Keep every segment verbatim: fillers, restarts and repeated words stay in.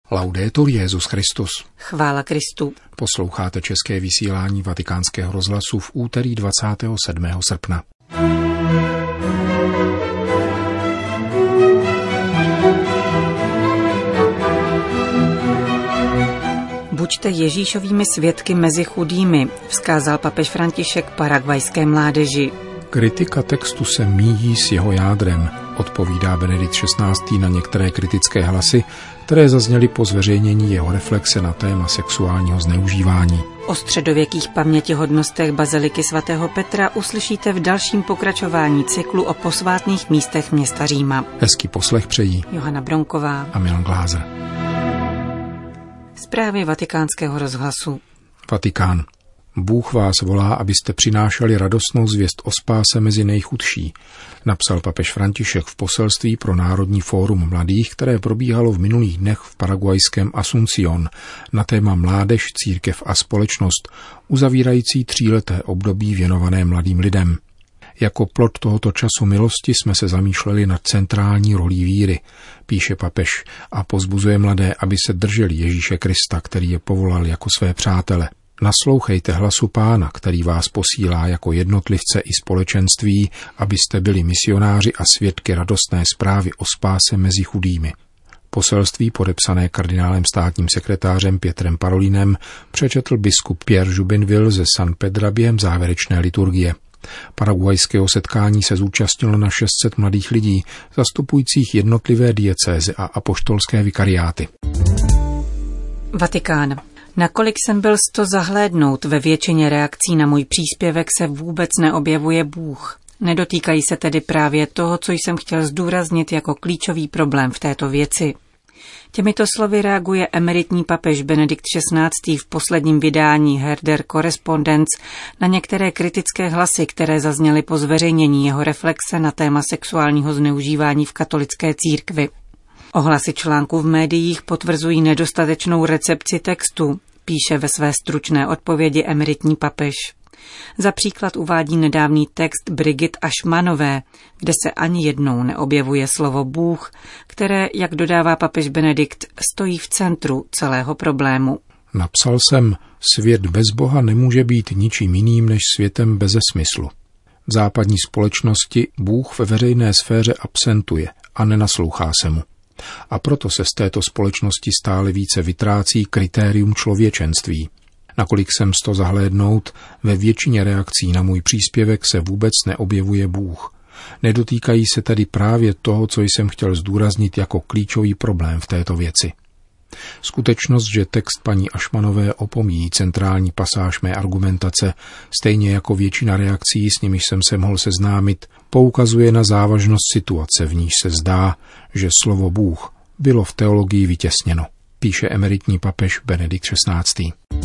Laudetur Jesus Christus. Chvála Kristu. Posloucháte české vysílání Vatikánského rozhlasu v úterý dvacátého sedmého srpna. Buďte Ježíšovými svědky mezi chudými, vzkázal papež František paraguajské mládeži. Kritika textu se míjí s jeho jádrem, odpovídá Benedikt šestnáctý na některé kritické hlasy, které zazněly po zveřejnění jeho reflexe na téma sexuálního zneužívání. O středověkých pamětihodnostech baziliky svatého Petra uslyšíte v dalším pokračování cyklu o posvátných místech města Říma. Hezký poslech přejí Johana Bronková a Milan Glázer. Zprávy Vatikánského rozhlasu. Vatikán. Bůh vás volá, abyste přinášeli radostnou zvěst o spáse mezi nejchudší, napsal papež František v poselství pro Národní fórum mladých, které probíhalo v minulých dnech v paraguajském Asunción na téma Mládež, církev a společnost, uzavírající tříleté období věnované mladým lidem. Jako plod tohoto času milosti jsme se zamýšleli nad centrální rolí víry, píše papež a pozbuzuje mladé, aby se drželi Ježíše Krista, který je povolal jako své přátele. Naslouchejte hlasu Pána, který vás posílá jako jednotlivce i společenství, abyste byli misionáři a svědky radostné zprávy o spáse mezi chudými. Poselství podepsané kardinálem státním sekretářem Pietrem Parolinem přečetl biskup Pierre Jubinville ze San Pedra během závěrečné liturgie. Paraguajského setkání se zúčastnilo na šest set mladých lidí, zastupujících jednotlivé diecézy a apoštolské vikariáty. Vatikán. Nakolik jsem byl sto zahlédnout, ve většině reakcí na můj příspěvek se vůbec neobjevuje Bůh. Nedotýkají se tedy právě toho, co jsem chtěl zdůraznit jako klíčový problém v této věci. Těmito slovy reaguje emeritní papež Benedikt šestnáctý v posledním vydání Herder Correspondence na některé kritické hlasy, které zazněly po zveřejnění jeho reflexe na téma sexuálního zneužívání v katolické církvi. Ohlasy článků v médiích potvrzují nedostatečnou recepci textu, píše ve své stručné odpovědi emeritní papež. Za příklad uvádí nedávný text Brigit Ašmanové, kde se ani jednou neobjevuje slovo Bůh, které, jak dodává papež Benedikt, stojí v centru celého problému. Napsal jsem, svět bez Boha nemůže být ničím jiným než světem beze smyslu. V západní společnosti Bůh ve veřejné sféře absentuje a nenaslouchá se mu. A proto se z této společnosti stále více vytrácí kritérium člověčenství. Nakolik jsem z toho zahlédnout, ve většině reakcí na můj příspěvek se vůbec neobjevuje Bůh. Nedotýkají se tedy právě toho, co jsem chtěl zdůraznit jako klíčový problém v této věci. Skutečnost, že text paní Ašmanové opomíjí centrální pasáž mé argumentace, stejně jako většina reakcí, s nimiž jsem se mohl seznámit, poukazuje na závažnost situace, v níž se zdá, že slovo Bůh bylo v teologii vytěsněno, píše emeritní papež Benedikt šestnáctý.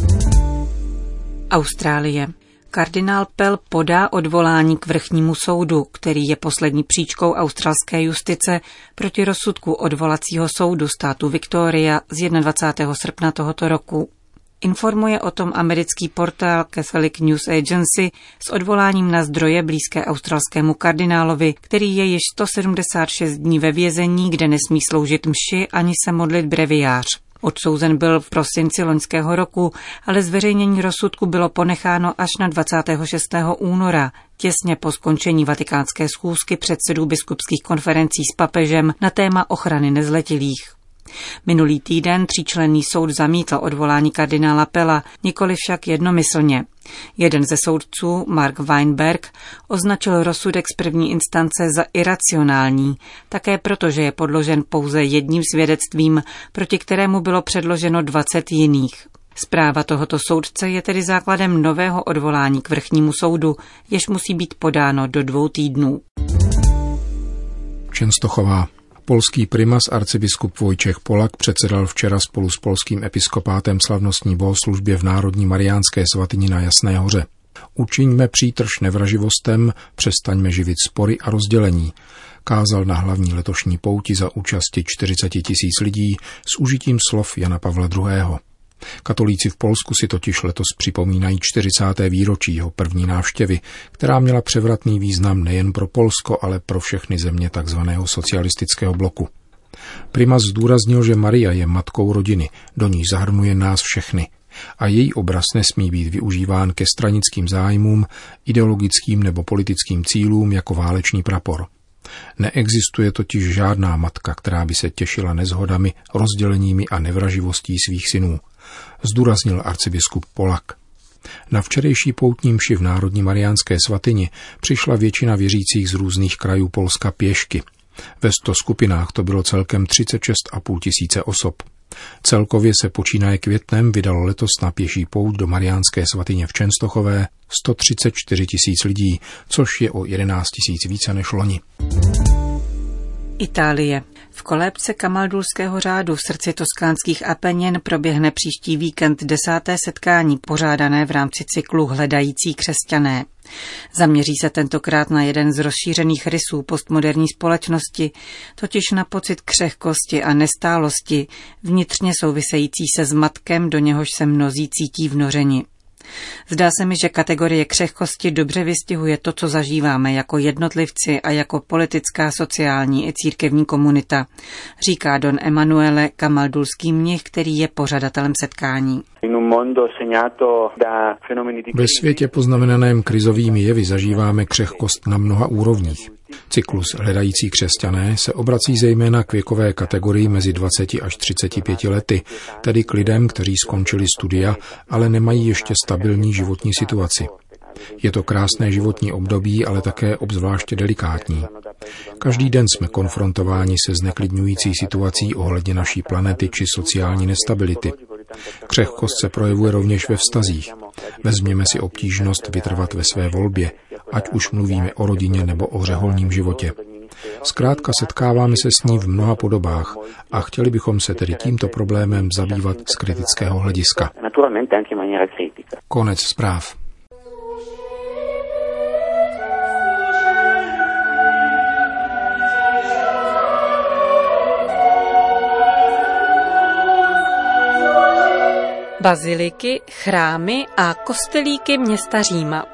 Austrálie. Kardinál Pell podá odvolání k vrchnímu soudu, který je poslední příčkou australské justice proti rozsudku odvolacího soudu státu Victoria z dvacátého prvního srpna tohoto roku. Informuje o tom americký portál Catholic News Agency s odvoláním na zdroje blízké australskému kardinálovi, který je již sto sedmdesát šest dní ve vězení, kde nesmí sloužit mši ani se modlit breviář. Odsouzen byl v prosinci loňského roku, ale zveřejnění rozsudku bylo ponecháno až na dvacátého šestého února, těsně po skončení vatikánské schůzky předsedů biskupských konferencí s papežem na téma ochrany nezletilých. Minulý týden tříčlenný soud zamítl odvolání kardinála Pella, nikoli však jednomyslně. Jeden ze soudců, Mark Weinberg, označil rozsudek z první instance za iracionální, také proto, že je podložen pouze jedním svědectvím, proti kterému bylo předloženo dvacet jiných. Zpráva tohoto soudce je tedy základem nového odvolání k vrchnímu soudu, jež musí být podáno do dvou týdnů. Čenstochová. Polský primas arcibiskup Vojtěch Polak předsedal včera spolu s polským episkopátem slavnostní bohoslužbě v Národní mariánské svatyni na Jasné hoře. Učiňme přítrž nevraživostem, přestaňme živit spory a rozdělení, kázal na hlavní letošní pouti za účasti čtyřicet tisíc lidí s užitím slov Jana Pavla druhého. Katolíci v Polsku si totiž letos připomínají čtyřicáté výročí jeho první návštěvy, která měla převratný význam nejen pro Polsko, ale pro všechny země tzv. Socialistického bloku. Primas zdůraznil, že Maria je matkou rodiny, do níž zahrnuje nás všechny a její obraz nesmí být využíván ke stranickým zájmům, ideologickým nebo politickým cílům jako válečný prapor. Neexistuje totiž žádná matka, která by se těšila neshodami, rozděleními a nevraživostí svých synů, zdůraznil arcibiskup Polak. Na včerejší poutní mši v Národní mariánské svatyni přišla většina věřících z různých krajů Polska pěšky. Ve sto skupinách to bylo celkem třicet šest a půl tisíce osob. Celkově se počínaje květnem vydalo letos na pěší pouť do Mariánské svatyně v Čenstochové sto třicet čtyři tisíc lidí, což je o jedenáct tisíc více než loni. Itálie. V kolébce Kamaldulského řádu v srdci toskánských Apenin proběhne příští víkend desáté setkání pořádané v rámci cyklu Hledající křesťané. Zaměří se tentokrát na jeden z rozšířených rysů postmoderní společnosti, totiž na pocit křehkosti a nestálosti, vnitřně související se zmatkem, do něhož se mnozí cítí vnořeni. Zdá se mi, že kategorie křehkosti dobře vystihuje to, co zažíváme jako jednotlivci a jako politická, sociální i církevní komunita, říká don Emanuele, kamaldulský mnich, který je pořadatelem setkání. Ve světě poznamenaném krizovými jevy zažíváme křehkost na mnoha úrovních. Cyklus Hledající křesťané se obrací zejména k věkové kategorii mezi dvaceti až třiceti pěti lety, tedy k lidem, kteří skončili studia, ale nemají ještě stabilní životní situaci. Je to krásné životní období, ale také obzvláště delikátní. Každý den jsme konfrontováni se zneklidňující situací ohledně naší planety či sociální nestability. Křehkost se projevuje rovněž ve vztazích. Vezměme si obtížnost vytrvat ve své volbě, ať už mluvíme o rodině nebo o řeholním životě. Zkrátka setkáváme se s ní v mnoha podobách a chtěli bychom se tedy tímto problémem zabývat z kritického hlediska. Konec zpráv. Baziliky, chrámy a kostelíky města Říma.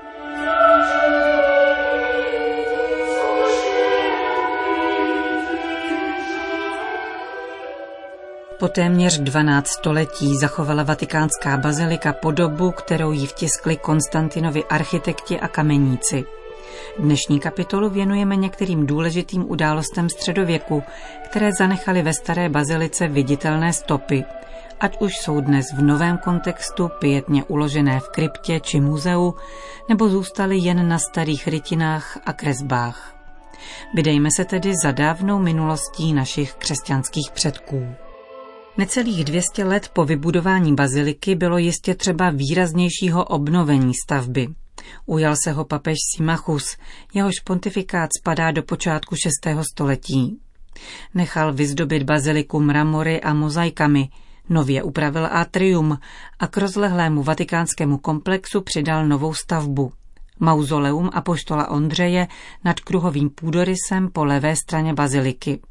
Po téměř dvanáct století zachovala vatikánská bazilika podobu, kterou jí vtiskli Konstantinovi architekti a kameníci. Dnešní kapitolu věnujeme některým důležitým událostem středověku, které zanechaly ve staré bazilice viditelné stopy, ať už jsou dnes v novém kontextu pietně uložené v kryptě či muzeu, nebo zůstaly jen na starých rytinách a kresbách. Vydejme se tedy za dávnou minulostí našich křesťanských předků. Necelých dvě stě let po vybudování baziliky bylo jistě třeba výraznějšího obnovení stavby. Ujal se ho papež Symmachus, jehož pontifikát spadá do počátku šestého století. Nechal vyzdobit baziliku mramory a mozaikami, nově upravil atrium a k rozlehlému vatikánskému komplexu přidal novou stavbu. Mauzoleum apoštola Ondřeje nad kruhovým půdorysem po levé straně baziliky.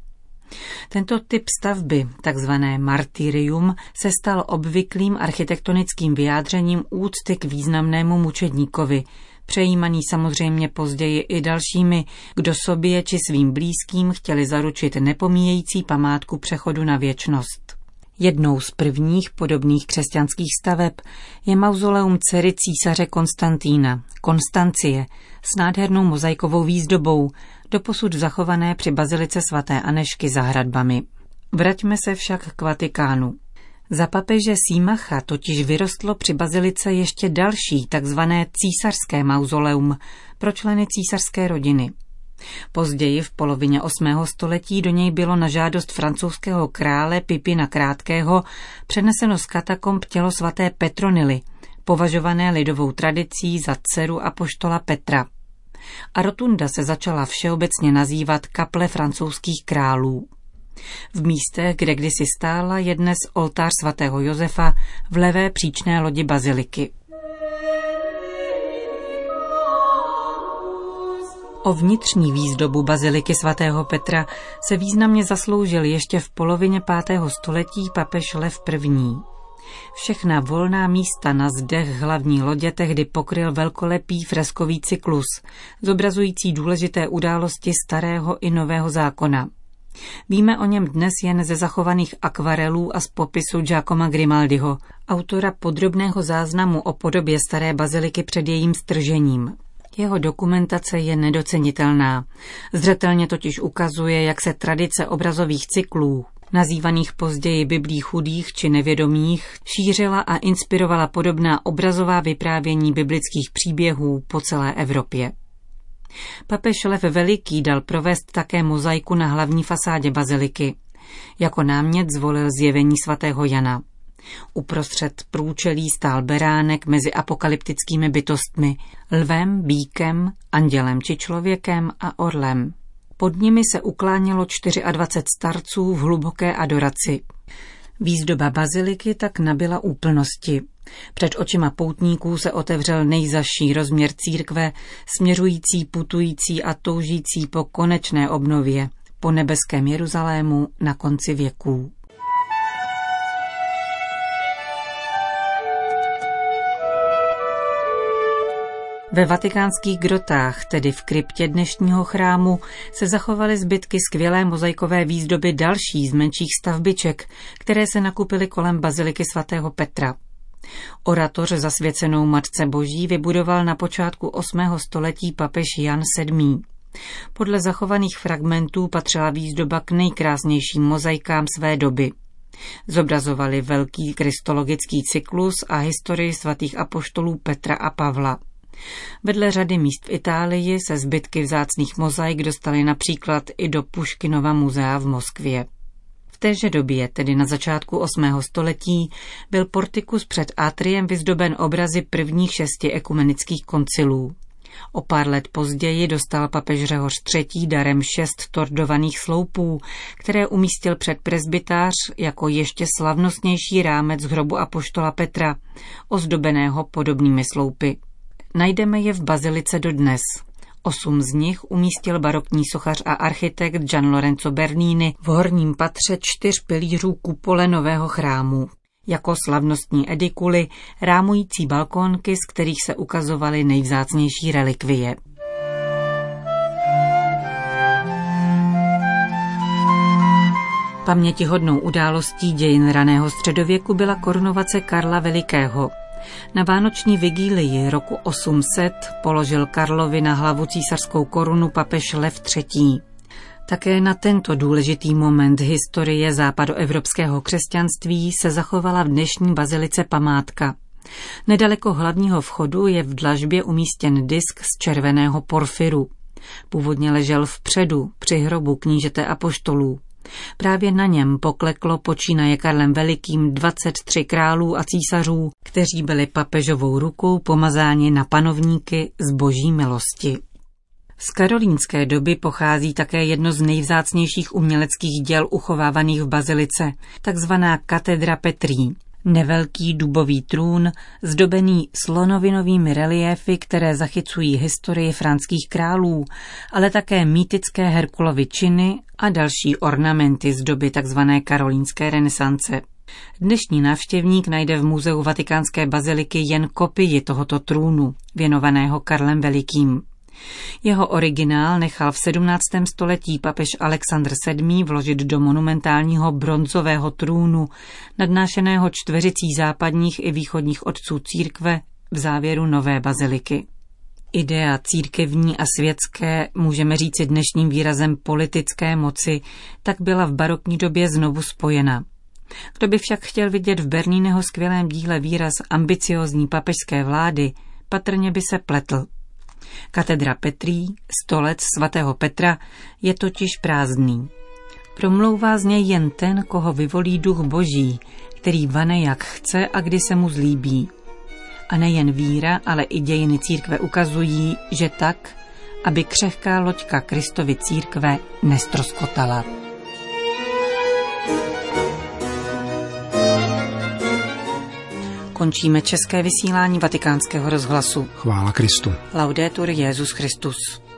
Tento typ stavby, takzvané martyrium, se stal obvyklým architektonickým vyjádřením úcty k významnému mučedníkovi, přejímaný samozřejmě později i dalšími, kdo sobě či svým blízkým chtěli zaručit nepomíjející památku přechodu na věčnost. Jednou z prvních podobných křesťanských staveb je mauzoleum dcery císaře Konstantína, Konstancie, s nádhernou mozaikovou výzdobou, doposud zachované při bazilice svaté Anežky za hradbami. Vraťme se však k Vatikánu. Za papeže Symmacha totiž vyrostlo při bazilice ještě další, takzvané císařské mauzoleum pro členy císařské rodiny. Později v polovině osmého století do něj bylo na žádost francouzského krále Pipina Krátkého přeneseno z katakomb tělo svaté Petronily, považované lidovou tradicí za dceru apoštola Petra. A rotunda se začala všeobecně nazývat kaple francouzských králů. V místech, kde kdysi stála, je dnes oltář svatého Josefa v levé příčné lodi baziliky. O vnitřní výzdobu baziliky svatého Petra se významně zasloužil ještě v polovině pátého století papež Lev I. Všechna volná místa na zdech hlavní lodě tehdy pokryl velkolepý freskový cyklus, zobrazující důležité události starého i nového zákona. Víme o něm dnes jen ze zachovaných akvarelů a z popisu Giacoma Grimaldiho, autora podrobného záznamu o podobě staré baziliky před jejím stržením. Jeho dokumentace je nedocenitelná. Zřetelně totiž ukazuje, jak se tradice obrazových cyklů, nazývaných později biblí chudých či nevědomých, šířila a inspirovala podobná obrazová vyprávění biblických příběhů po celé Evropě. Papež Lev Veliký dal provést také mozaiku na hlavní fasádě baziliky. Jako námět zvolil zjevení svatého Jana. Uprostřed průčelí stál beránek mezi apokalyptickými bytostmi, lvem, býkem, andělem či člověkem a orlem. Pod nimi se uklánělo dvacet čtyři starců v hluboké adoraci. Výzdoba baziliky tak nabyla úplnosti. Před očima poutníků se otevřel nejzazší rozměr církve, směřující, putující a toužící po konečné obnově, po nebeském Jeruzalému na konci věků. Ve vatikánských grotách, tedy v kryptě dnešního chrámu, se zachovaly zbytky skvělé mozaikové výzdoby další z menších stavbiček, které se nakupily kolem baziliky svatého Petra. Oratoř zasvěcenou Matce Boží vybudoval na počátku osmého století papež Jan sedmý. Podle zachovaných fragmentů patřila výzdoba k nejkrásnějším mozaikám své doby. Zobrazovali velký kristologický cyklus a historii svatých apoštolů Petra a Pavla. Vedle řady míst v Itálii se zbytky vzácných mozaik dostaly například i do Puškinova muzea v Moskvě. V téže době, tedy na začátku osmého století, byl portikus před atriem vyzdoben obrazy prvních šesti ekumenických koncilů. O pár let později dostal papež Řehoř třetí darem šest tordovaných sloupů, které umístil před presbytář jako ještě slavnostnější rámec hrobu apoštola Petra, ozdobeného podobnými sloupy. Najdeme je v bazilice dodnes. Osm z nich umístil barokní sochař a architekt Gian Lorenzo Bernini v horním patře čtyř pilířů kupole nového chrámu. Jako slavnostní edikuly, rámující balkónky, z kterých se ukazovaly nejvzácnější relikvie. Pamětihodnou událostí dějin raného středověku byla korunovace Karla Velikého. Na vánoční vigílii roku osm set položil Karlovi na hlavu císařskou korunu papež Lev třetí. Také na tento důležitý moment historie západoevropského křesťanství se zachovala v dnešní bazilice památka. Nedaleko hlavního vchodu je v dlažbě umístěn disk z červeného porfyru. Původně ležel vpředu, při hrobu knížete apoštolů. Právě na něm pokleklo počínaje Karlem Velikým dvacet tři králů a císařů, kteří byli papežovou rukou pomazáni na panovníky z boží milosti. Z karolínské doby pochází také jedno z nejvzácnějších uměleckých děl uchovávaných v bazilice, takzvaná katedra Petrí. Nevelký dubový trůn, zdobený slonovinovými reliéfy, které zachycují historii franských králů, ale také mýtické Herkulovy činy a další ornamenty z doby tzv. Karolínské renesance. Dnešní návštěvník najde v muzeu Vatikánské baziliky jen kopii tohoto trůnu, věnovaného Karlem Velikým. Jeho originál nechal v sedmnáctém století papež Alexandr sedmý vložit do monumentálního bronzového trůnu, nadnášeného čtveřicí západních i východních otců církve v závěru nové baziliky. Idea církevní a světské, můžeme říci dnešním výrazem politické moci, tak byla v barokní době znovu spojena. Kdo by však chtěl vidět v Berniniho skvělém díle výraz ambiciózní papežské vlády, patrně by se pletl. Katedra Petrí, stolec svatého Petra, je totiž prázdný. Promlouvá z něj jen ten, koho vyvolí duch boží, který vane jak chce a kdy se mu zlíbí. A nejen víra, ale i dějiny církve ukazují, že tak, aby křehká loďka Kristovy církve nestroskotala. Končíme české vysílání Vatikánského rozhlasu. Chvála Kristu. Laudetur Jesus Christus.